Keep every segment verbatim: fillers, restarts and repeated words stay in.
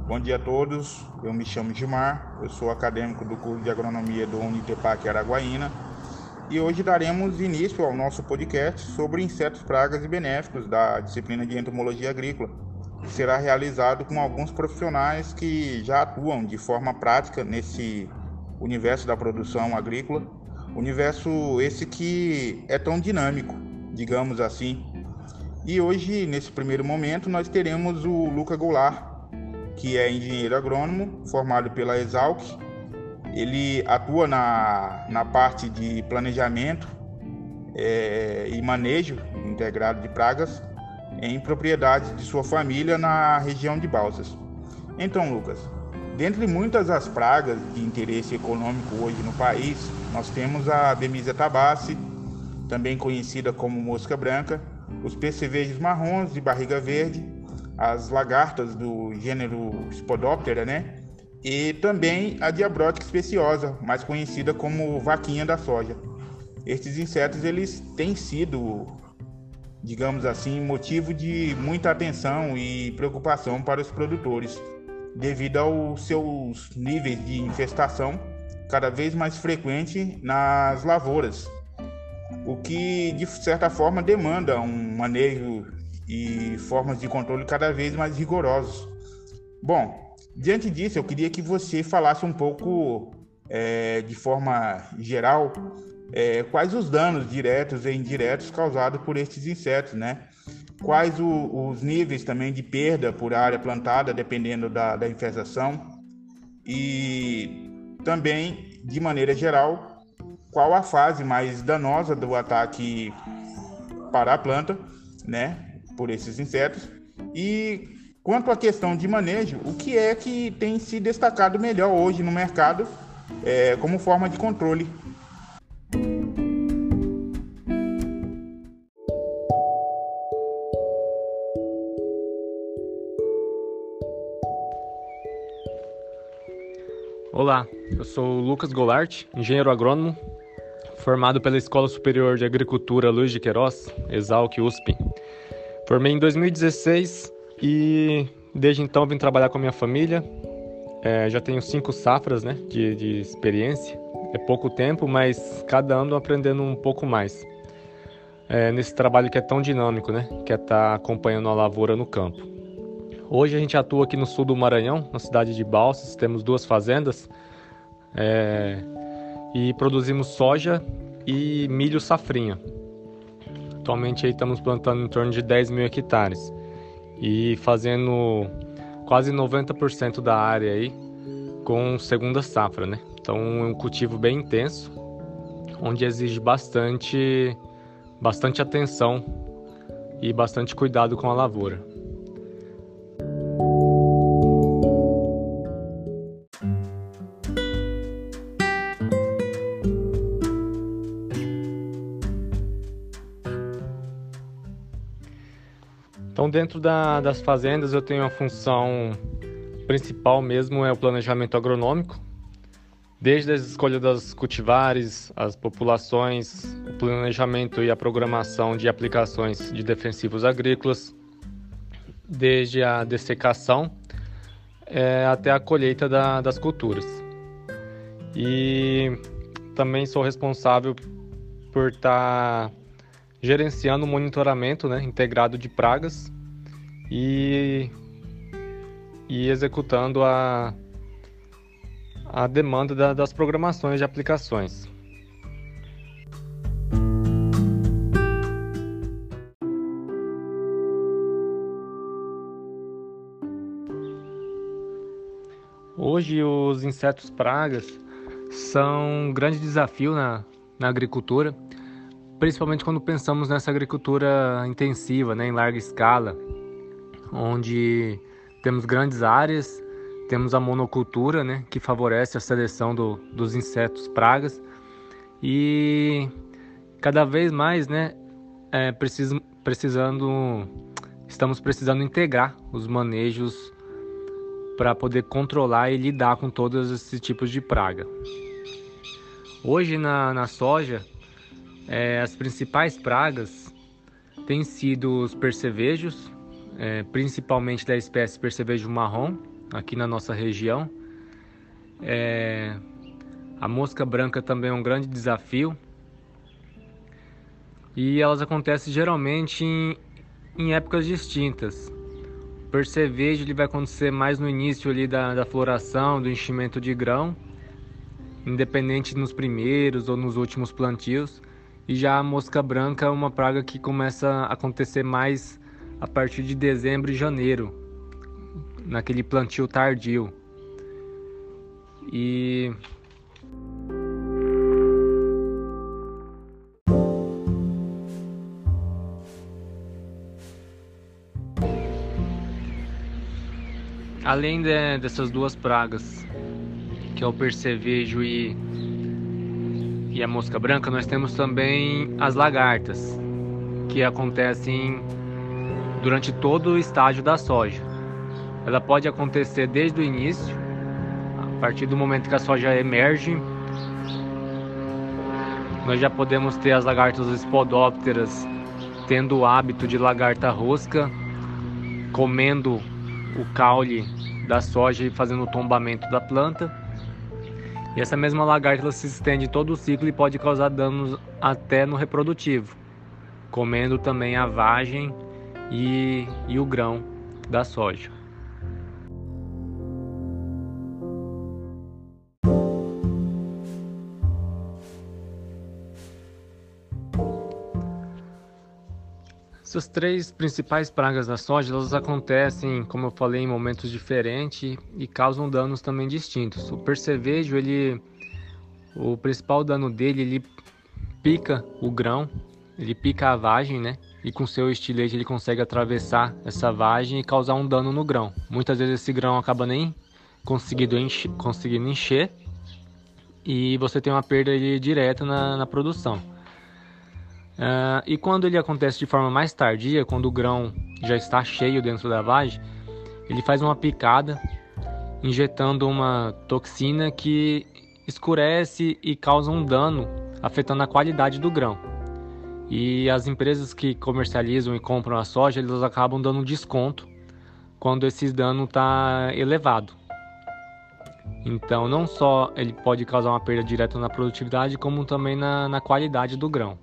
Bom dia a todos, eu me chamo Gilmar, eu sou acadêmico do curso de agronomia do Unitepac Araguaína e hoje daremos início ao nosso podcast sobre insetos, pragas e benéficos da disciplina de entomologia agrícola, que será realizado com alguns profissionais que já atuam de forma prática nesse universo da produção agrícola, universo esse que é tão dinâmico, digamos assim. E hoje, nesse primeiro momento, nós teremos o Lucas Goulart, que é engenheiro agrônomo, formado pela Exalc. Ele atua na, na parte de planejamento é, e manejo integrado de pragas em propriedades de sua família na região de Balsas. Então, Lucas, dentre muitas as pragas de interesse econômico hoje no país, nós temos a Bemisia tabaci, também conhecida como mosca branca, os percevejos marrons de barriga verde, as lagartas do gênero Spodoptera, né? E também a Diabrotica speciosa, mais conhecida como vaquinha da soja. Estes insetos eles têm sido, digamos assim, motivo de muita atenção e preocupação para os produtores, devido aos seus níveis de infestação cada vez mais frequente nas lavouras, o que de certa forma demanda um manejo e formas de controle cada vez mais rigorosos. Bom, diante disso, eu queria que você falasse um pouco, é, de forma geral, é, quais os danos diretos e indiretos causados por estes insetos, né? Quais o, os níveis também de perda por área plantada, dependendo da, da infestação. E também, de maneira geral, qual a fase mais danosa do ataque para a planta, né, por esses insetos. E quanto à questão de manejo, o que é que tem se destacado melhor hoje no mercado é, como forma de controle? Olá, eu sou o Lucas Goulart, engenheiro agrônomo, formado pela Escola Superior de Agricultura Luiz de Queiroz, Exalc U S P. Formei em dois mil e dezesseis e desde então vim trabalhar com a minha família. É, já tenho cinco safras, né, de, de experiência. É pouco tempo, mas cada ano aprendendo um pouco mais. É, nesse trabalho que é tão dinâmico, né, que é estar acompanhando a lavoura no campo. Hoje a gente atua aqui no sul do Maranhão, na cidade de Balsas. Temos duas fazendas é, e produzimos soja e milho safrinha. Atualmente aí estamos plantando em torno de dez mil hectares e fazendo quase noventa por cento da área aí com segunda safra, né? Então é um cultivo bem intenso, onde exige bastante, bastante atenção e bastante cuidado com a lavoura. Então, dentro da, das fazendas, eu tenho a função principal mesmo, é o planejamento agronômico, desde a escolha das cultivares, as populações, o planejamento e a programação de aplicações de defensivos agrícolas, desde a dessecação é, até a colheita da, das culturas. E também sou responsável por estar gerenciando o monitoramento, né, integrado de pragas e, e executando a, a demanda da, das programações de aplicações. Hoje os insetos pragas são um grande desafio na, na agricultura, principalmente quando pensamos nessa agricultura intensiva, né, em larga escala, onde temos grandes áreas, temos a monocultura, né, que favorece a seleção do, dos insetos pragas, e cada vez mais, né, é, precis, precisando, estamos precisando integrar os manejos para poder controlar e lidar com todos esses tipos de praga. Hoje na, na soja, É, as principais pragas têm sido os percevejos, é, principalmente da espécie percevejo marrom, aqui na nossa região. É... A mosca branca também é um grande desafio. E elas acontecem geralmente em, em épocas distintas. O percevejo ele vai acontecer mais no início ali da, da floração, do enchimento de grão, independente nos primeiros ou nos últimos plantios. E já a mosca branca é uma praga que começa a acontecer mais a partir de dezembro e janeiro, naquele plantio tardio. E além de, dessas duas pragas, que é o percevejo e, e a mosca branca, nós temos também as lagartas, que acontecem durante todo o estágio da soja. Ela pode acontecer desde o início, a partir do momento que a soja emerge. Nós já podemos ter as lagartas espodópteras tendo o hábito de lagarta rosca, comendo o caule da soja e fazendo o tombamento da planta. E essa mesma lagarta ela se estende todo o ciclo e pode causar danos até no reprodutivo, comendo também a vagem e, e o grão da soja. Essas três principais pragas da soja, elas acontecem, como eu falei, em momentos diferentes e causam danos também distintos. O percevejo, ele, o principal dano dele, ele pica o grão, ele pica a vagem, né? E com seu estilete ele consegue atravessar essa vagem e causar um dano no grão. Muitas vezes esse grão acaba nem conseguindo encher, conseguindo encher e você tem uma perda ali, direta na, na produção. Uh, e quando ele acontece de forma mais tardia, quando o grão já está cheio dentro da vagem, ele faz uma picada, injetando uma toxina que escurece e causa um dano, afetando a qualidade do grão. E as empresas que comercializam e compram a soja, eles acabam dando um desconto quando esse dano está elevado. Então, não só ele pode causar uma perda direta na produtividade, como também na, na qualidade do grão.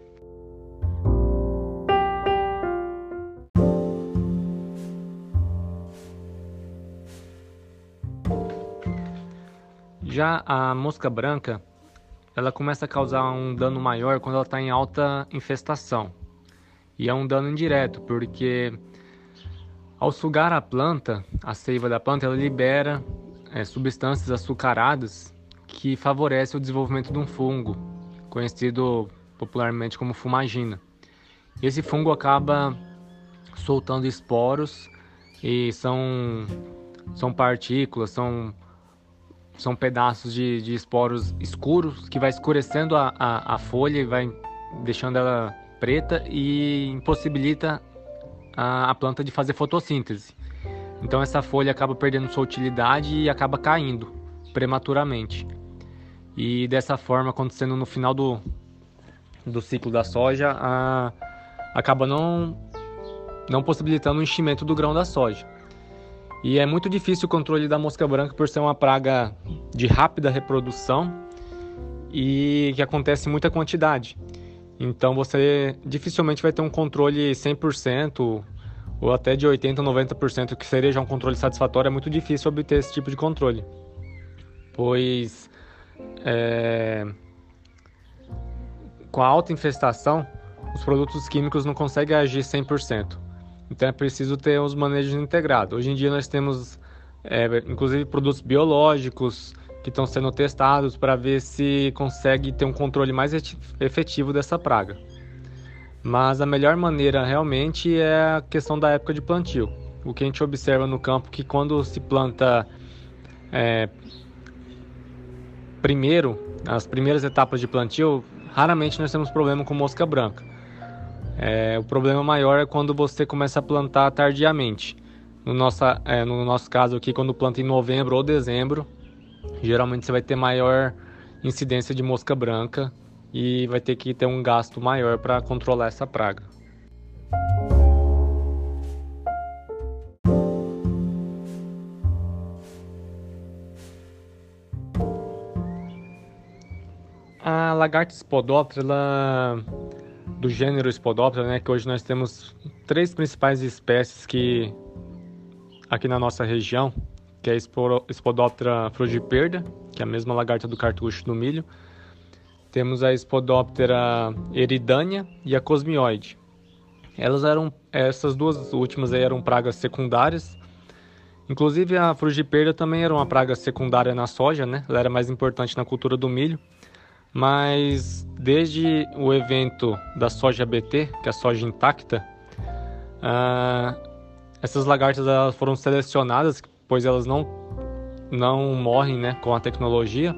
Já a mosca branca, ela começa a causar um dano maior quando ela está em alta infestação. E é um dano indireto, porque ao sugar a planta, a seiva da planta, ela libera é, substâncias açucaradas que favorecem o desenvolvimento de um fungo, conhecido popularmente como fumagina. Esse fungo acaba soltando esporos e são, são partículas, são... São pedaços de, de esporos escuros que vai escurecendo a, a, a folha e vai deixando ela preta e impossibilita a, a planta de fazer fotossíntese. Então essa folha acaba perdendo sua utilidade e acaba caindo prematuramente. E dessa forma, acontecendo no final do, do ciclo da soja, a, acaba não, não possibilitando o enchimento do grão da soja. E é muito difícil o controle da mosca branca por ser uma praga de rápida reprodução e que acontece em muita quantidade. Então você dificilmente vai ter um controle cem por cento ou até de oitenta por cento, noventa por cento, que seria já um controle satisfatório. É muito difícil obter esse tipo de controle, pois é, com a alta infestação, os produtos químicos não conseguem agir cem por cento. Então é preciso ter os manejos integrados. Hoje em dia nós temos, é, inclusive, produtos biológicos que estão sendo testados para ver se consegue ter um controle mais efetivo dessa praga. Mas a melhor maneira realmente é a questão da época de plantio. O que a gente observa no campo é que quando se planta é, primeiro, as primeiras etapas de plantio, raramente nós temos problema com mosca branca. É, o problema maior é quando você começa a plantar tardiamente. No, nossa, é, no nosso caso aqui, quando planta em novembro ou dezembro, geralmente você vai ter maior incidência de mosca branca e vai ter que ter um gasto maior para controlar essa praga. A lagarta Spodoptera, ela, do gênero Spodoptera, né, que hoje nós temos três principais espécies que aqui na nossa região, que é a Spodoptera frugiperda, que é a mesma lagarta do cartucho do milho. Temos a Spodoptera eridânea e a cosmioide. Elas eram, essas duas últimas aí eram pragas secundárias. Inclusive a frugiperda também era uma praga secundária na soja, né? Ela era mais importante na cultura do milho. Mas desde o evento da soja B T, que é a soja intacta, ah, essas lagartas elas foram selecionadas, pois elas não, não morrem, né, com a tecnologia.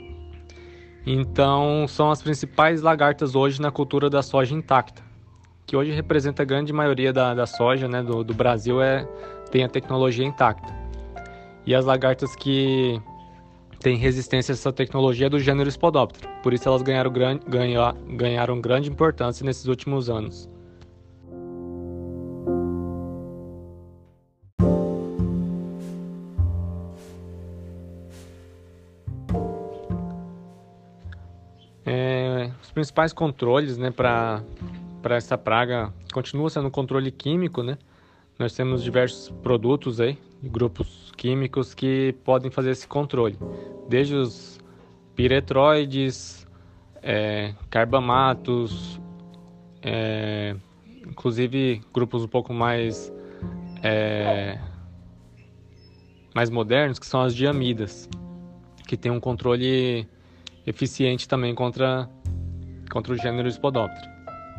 Então são as principais lagartas hoje na cultura da soja intacta, que hoje representa a grande maioria da, da soja, né, do, do Brasil, é, tem a tecnologia intacta. E as lagartas que têm resistência a essa tecnologia é do gênero Spodoptera, por isso elas ganharam, gran, ganha, ganharam grande importância nesses últimos anos. É, os principais controles, né, para para essa praga continua sendo o controle químico, né? Nós temos diversos produtos aí, grupos químicos que podem fazer esse controle, desde os piretroides, é, carbamatos, é, inclusive grupos um pouco mais é, mais modernos, que são as diamidas, que tem um controle eficiente também contra, contra o gênero Spodoptera.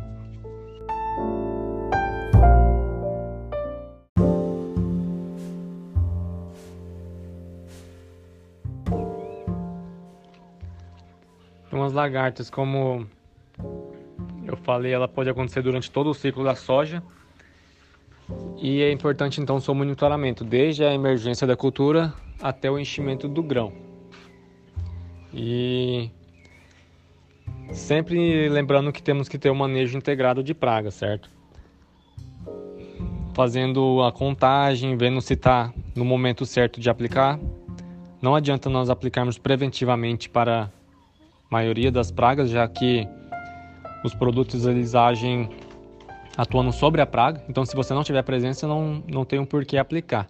Umas lagartas, como eu falei, ela pode acontecer durante todo o ciclo da soja. E é importante então o seu monitoramento, desde a emergência da cultura até o enchimento do grão. E sempre lembrando que temos que ter um manejo integrado de pragas, certo? Fazendo a contagem, vendo se está no momento certo de aplicar. Não adianta nós aplicarmos preventivamente para a maioria das pragas, já que os produtos eles agem atuando sobre a praga. Então, se você não tiver presença, não, não tem um porquê aplicar.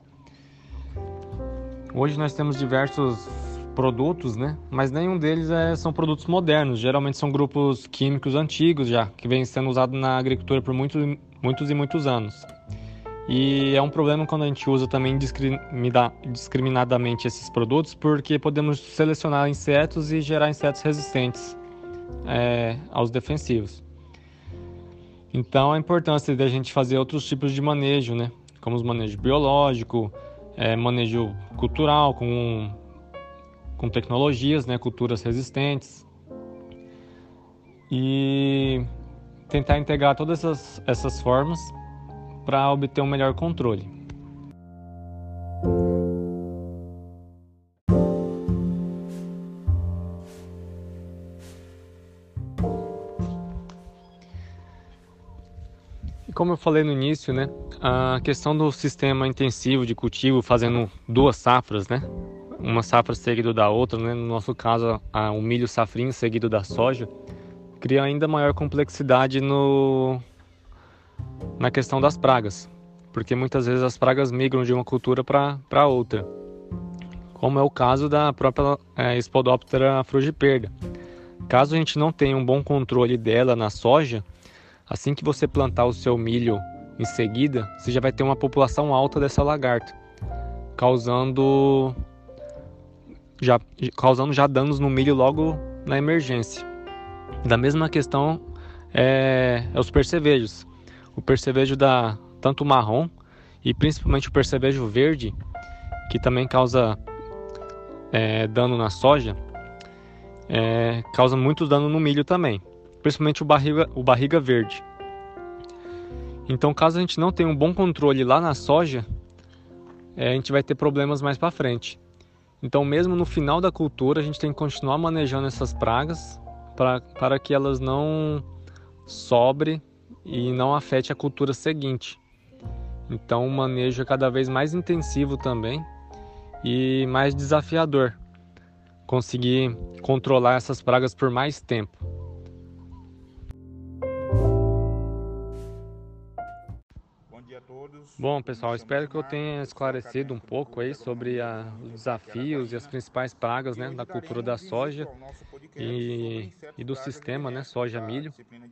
Hoje nós temos diversos produtos, né? Mas nenhum deles é, são produtos modernos. Geralmente são grupos químicos antigos já, que vêm sendo usados na agricultura por muitos, muitos e muitos anos. E é um problema quando a gente usa também discriminadamente esses produtos, porque podemos selecionar insetos e gerar insetos resistentes é, aos defensivos. Então a importância de a gente fazer outros tipos de manejo, né? Como os manejo biológico, é, manejo cultural, com com tecnologias, né, culturas resistentes, e tentar integrar todas essas, essas formas para obter um melhor controle. E como eu falei no início, né, a questão do sistema intensivo de cultivo, fazendo duas safras, né, uma safra seguida da outra, né? No nosso caso, a, o milho safrinho seguido da soja, cria ainda maior complexidade no, na questão das pragas, porque muitas vezes as pragas migram de uma cultura para outra, como é o caso da própria é, Spodoptera frugiperda. Caso a gente não tenha um bom controle dela na soja, assim que você plantar o seu milho em seguida, você já vai ter uma população alta dessa lagarta, causando Já, causando já danos no milho logo na emergência. Da mesma questão é, é os percevejos. O percevejo dá tanto o marrom e principalmente o percevejo verde, que também causa é, dano na soja, é, causa muito dano no milho também, principalmente o barriga, o barriga verde. Então, caso a gente não tenha um bom controle lá na soja, é, a gente vai ter problemas mais para frente. Então, mesmo no final da cultura, a gente tem que continuar manejando essas pragas pra, para que elas não sobre e não afete a cultura seguinte. Então, o manejo é cada vez mais intensivo também e mais desafiador, conseguir controlar essas pragas por mais tempo. Bom dia a todos. Bom, pessoal, espero que eu tenha esclarecido um pouco aí sobre a, os desafios e as principais pragas, né, da cultura da soja e, e do sistema, né, soja-milho.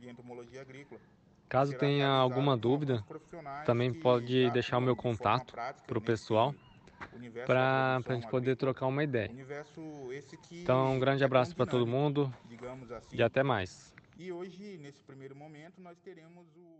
Caso tenha alguma dúvida, também pode deixar o meu contato para o pessoal, para a gente poder trocar uma ideia. Então, um grande abraço para todo mundo e até mais. E hoje, nesse primeiro momento, nós teremos o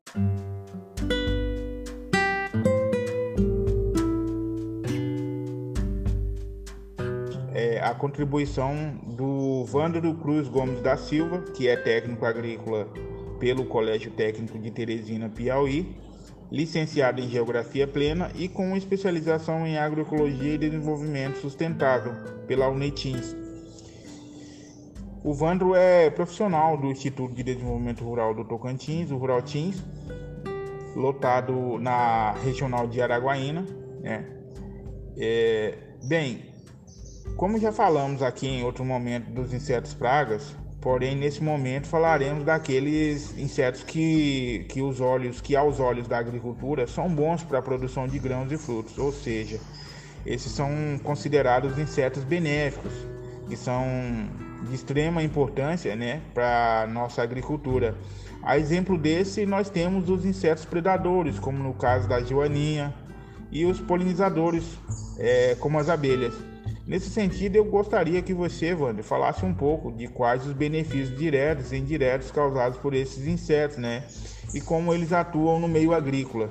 É, a contribuição do Vândaro Cruz Gomes da Silva, que é técnico agrícola pelo Colégio Técnico de Teresina, Piauí, licenciado em Geografia Plena e com especialização em Agroecologia e Desenvolvimento Sustentável pela Unetins. O Vândaro é profissional do Instituto de Desenvolvimento Rural do Tocantins, o Ruraltins, lotado na Regional de Araguaína, né? É, bem, como já falamos aqui em outro momento dos insetos pragas, porém nesse momento falaremos daqueles insetos que, que, os olhos, que aos olhos da agricultura são bons para a produção de grãos e frutos, ou seja, esses são considerados insetos benéficos, que são de extrema importância, né, para a nossa agricultura. A exemplo desse, nós temos os insetos predadores, como no caso da joaninha, e os polinizadores, é, como as abelhas. Nesse sentido, eu gostaria que você, Wander, falasse um pouco de quais os benefícios diretos e indiretos causados por esses insetos, né, e como eles atuam no meio agrícola.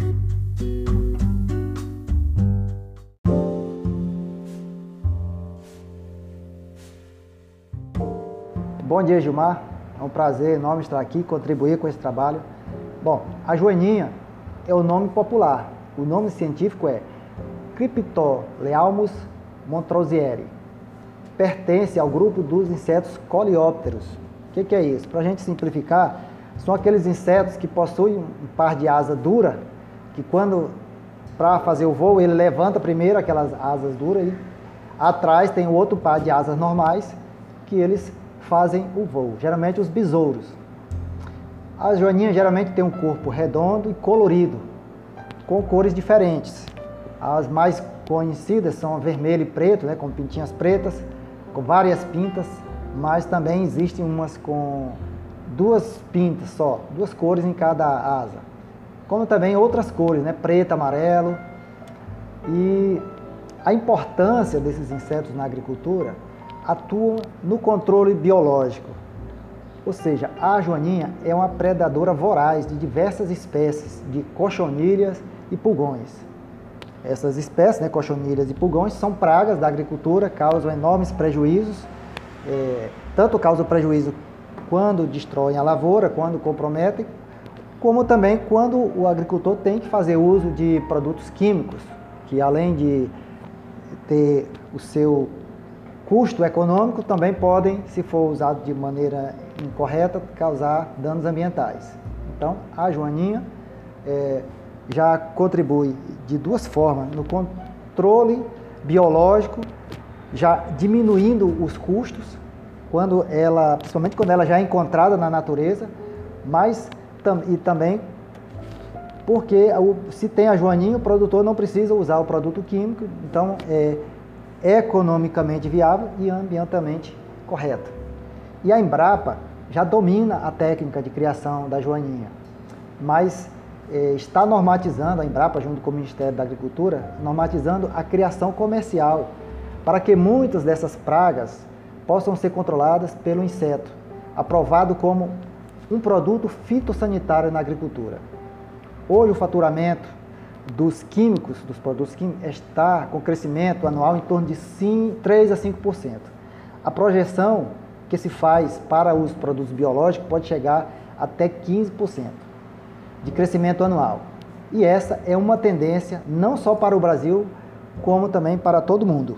Bom dia, Gilmar. É um prazer enorme estar aqui e contribuir com esse trabalho. Bom, a joaninha é o nome popular. O nome científico é Cryptolealmus montrosieri. Pertence ao grupo dos insetos coleópteros. O que, que é isso? Para a gente simplificar, são aqueles insetos que possuem um par de asa dura, que quando, para fazer o voo, ele levanta primeiro aquelas asas duras e atrás tem o outro par de asas normais que eles fazem o voo, geralmente os besouros. As joaninhas geralmente têm um corpo redondo e colorido, com cores diferentes. As mais conhecidas são vermelho e preto, né, com pintinhas pretas, com várias pintas, mas também existem umas com duas pintas só, duas cores em cada asa. Como também outras cores, né, preto, amarelo. E a importância desses insetos na agricultura atuam no controle biológico, ou seja, a joaninha é uma predadora voraz de diversas espécies de cochonilhas e pulgões. Essas espécies, né, cochonilhas e pulgões, são pragas da agricultura, causam enormes prejuízos, é, tanto causam prejuízo quando destroem a lavoura, quando comprometem, como também quando o agricultor tem que fazer uso de produtos químicos, que além de ter o seu custo econômico, também podem, se for usado de maneira incorreta, causar danos ambientais. Então, a joaninha é, já contribui de duas formas, no controle biológico, já diminuindo os custos, quando ela, principalmente quando ela já é encontrada na natureza, mas tam, e também porque se tem a joaninha, o produtor não precisa usar o produto químico, então é economicamente viável e ambientalmente correto. E a Embrapa já domina a técnica de criação da joaninha, mas eh, está normatizando, a Embrapa junto com o Ministério da Agricultura, normatizando a criação comercial, para que muitas dessas pragas possam ser controladas pelo inseto, aprovado como um produto fitossanitário na agricultura. Hoje o faturamento dos químicos, dos produtos químicos, está com crescimento anual em torno de três a cinco por cento. A projeção que se faz para os produtos biológicos pode chegar até quinze por cento de crescimento anual. E essa é uma tendência não só para o Brasil, como também para todo o mundo.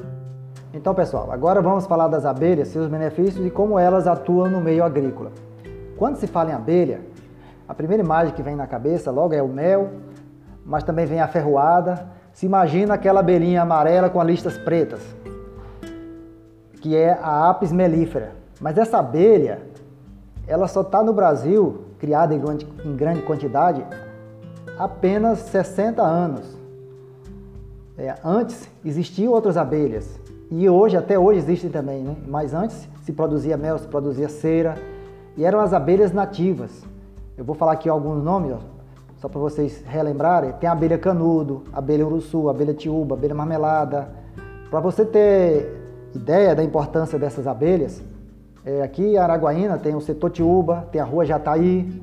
Então, pessoal, agora vamos falar das abelhas, seus benefícios e como elas atuam no meio agrícola. Quando se fala em abelha, a primeira imagem que vem na cabeça logo é o mel, mas também vem a ferroada. Se imagina aquela abelhinha amarela com as listas pretas, que é a Apis mellifera. Mas essa abelha, ela só está no Brasil, criada em grande, em grande quantidade, há apenas sessenta anos. É, antes existiam outras abelhas, e hoje, até hoje existem também, né? Mas antes se produzia mel, se produzia cera, e eram as abelhas nativas. Eu vou falar aqui alguns nomes, ó, só para vocês relembrarem. Tem a abelha canudo, abelha uruçu, abelha tiúba, abelha marmelada. Para você ter ideia da importância dessas abelhas, é, aqui em Araguaína tem o setor tiúba, tem a rua Jataí,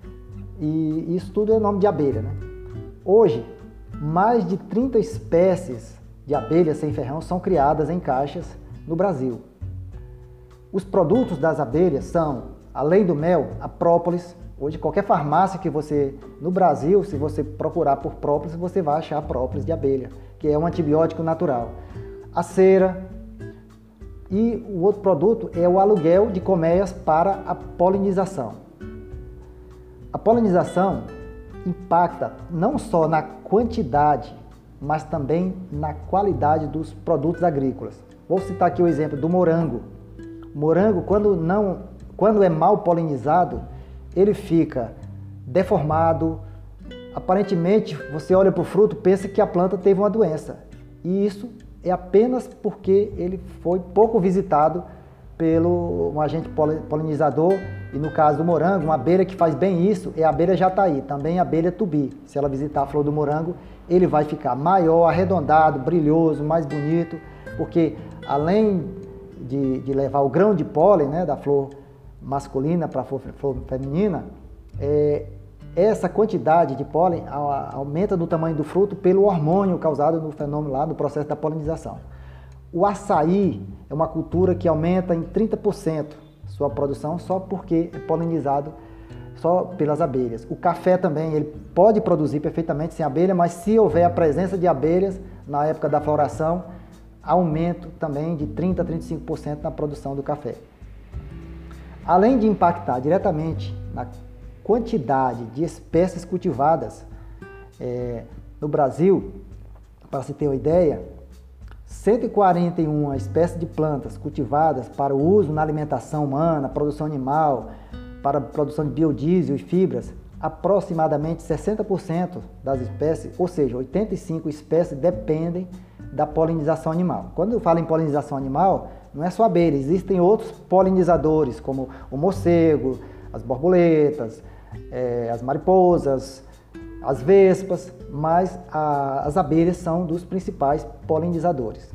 e isso tudo é nome de abelha, né? Hoje, mais de trinta espécies de abelhas sem ferrão são criadas em caixas no Brasil. Os produtos das abelhas são, além do mel, a própolis. Hoje, qualquer farmácia que você, no Brasil, se você procurar por própolis, você vai achar própolis de abelha, que é um antibiótico natural. A cera. E o outro produto é o aluguel de colmeias para a polinização. A polinização impacta não só na quantidade, mas também na qualidade dos produtos agrícolas. Vou citar aqui o exemplo do morango. O morango, quando, não, quando é mal polinizado, ele fica deformado. Aparentemente, você olha para o fruto e pensa que a planta teve uma doença. E isso é apenas porque ele foi pouco visitado pelo um agente polinizador. E no caso do morango, uma abelha que faz bem isso é a abelha jataí, também a abelha tubi. Se ela visitar a flor do morango, ele vai ficar maior, arredondado, brilhoso, mais bonito, porque além de, de levar o grão de pólen, né, da flor masculina para a flor, flor feminina, é, essa quantidade de pólen a, aumenta no tamanho do fruto pelo hormônio causado no fenômeno lá, no processo da polinização. O açaí é uma cultura que aumenta em trinta por cento sua produção só porque é polinizado só pelas abelhas. O café também, ele pode produzir perfeitamente sem abelha, mas se houver a presença de abelhas na época da floração, aumento também de trinta a trinta e cinco por cento na produção do café. Além de impactar diretamente na quantidade de espécies cultivadas é, no Brasil, para se ter uma ideia, cento e quarenta e uma espécies de plantas cultivadas para o uso na alimentação humana, produção animal, para a produção de biodiesel e fibras, aproximadamente sessenta por cento das espécies, ou seja, oitenta e cinco espécies, dependem da polinização animal. Quando eu falo em polinização animal, não é só abelha, existem outros polinizadores, como o morcego, as borboletas, é, as mariposas, as vespas, mas a, as abelhas são dos principais polinizadores.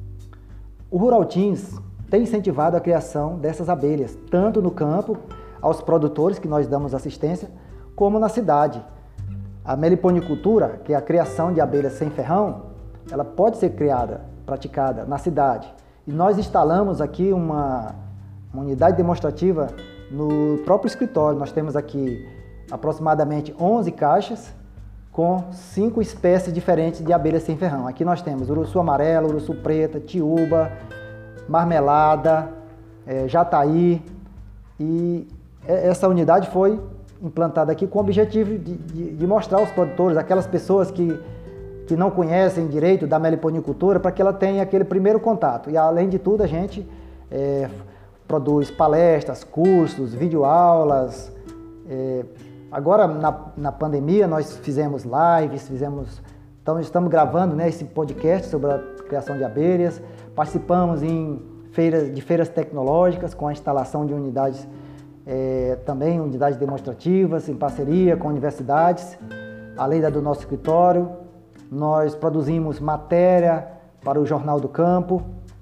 O Rural Teams tem incentivado a criação dessas abelhas, tanto no campo, aos produtores que nós damos assistência, como na cidade. A meliponicultura, que é a criação de abelhas sem ferrão, ela pode ser criada, praticada na cidade. E nós instalamos aqui uma, uma unidade demonstrativa no próprio escritório. Nós temos aqui aproximadamente onze caixas com cinco espécies diferentes de abelhas sem ferrão. Aqui nós temos uruçu amarelo, uruçu preta, tiúba, marmelada, é, jataí, e essa unidade foi implantada aqui com o objetivo de, de, de mostrar aos produtores, aquelas pessoas que, que não conhecem direito da meliponicultura, para que ela tenha aquele primeiro contato. E além de tudo, a gente é, produz palestras, cursos, videoaulas. É, agora, na, na pandemia, nós fizemos lives, fizemos, então estamos gravando, né, esse podcast sobre a criação de abelhas. Participamos em feiras, de feiras tecnológicas com a instalação de unidades É, também unidades demonstrativas em parceria com universidades, além da do nosso escritório. Nós produzimos matéria para o Jornal do Campo.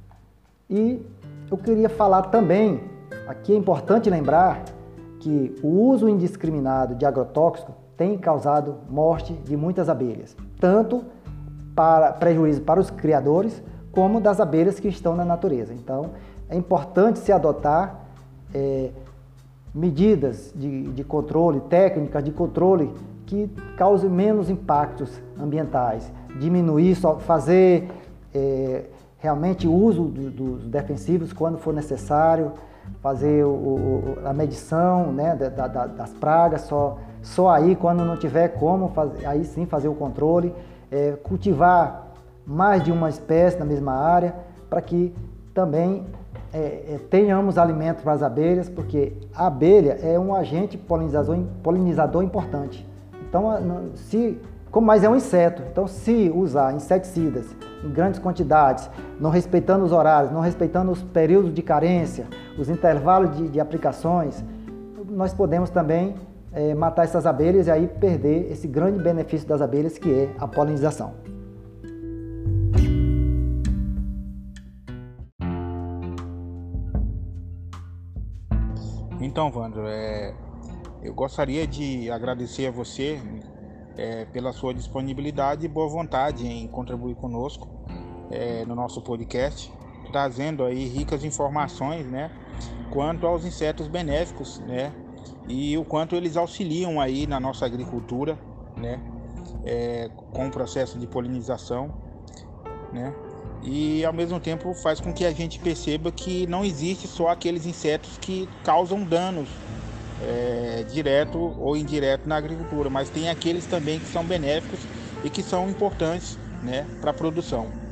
E eu queria falar também, aqui é importante lembrar que o uso indiscriminado de agrotóxico tem causado morte de muitas abelhas, tanto para prejuízo para os criadores, como das abelhas que estão na natureza. Então, é importante se adotar é, medidas de, de controle, técnicas de controle que causem menos impactos ambientais, diminuir, só fazer, é, realmente o uso do, dos defensivos quando for necessário, fazer o, o, a medição, né, da, da, das pragas, só, só aí quando não tiver como, fazer, aí sim fazer o controle, é, cultivar mais de uma espécie na mesma área, para que também é, é, tenhamos alimento para as abelhas, porque a abelha é um agente polinizador, polinizador importante. Então, se, como mais é um inseto, então se usar inseticidas em grandes quantidades, não respeitando os horários, não respeitando os períodos de carência, os intervalos de, de aplicações, nós podemos também é, matar essas abelhas e aí perder esse grande benefício das abelhas, que é a polinização. Então, Wander, é, eu gostaria de agradecer a você é, pela sua disponibilidade e boa vontade em contribuir conosco é, no nosso podcast, trazendo aí ricas informações, né, quanto aos insetos benéficos, né, e o quanto eles auxiliam aí na nossa agricultura, né, é, com o processo de polinização, né, e ao mesmo tempo faz com que a gente perceba que não existe só aqueles insetos que causam danos é, direto ou indireto na agricultura, mas tem aqueles também que são benéficos e que são importantes, né, para a produção.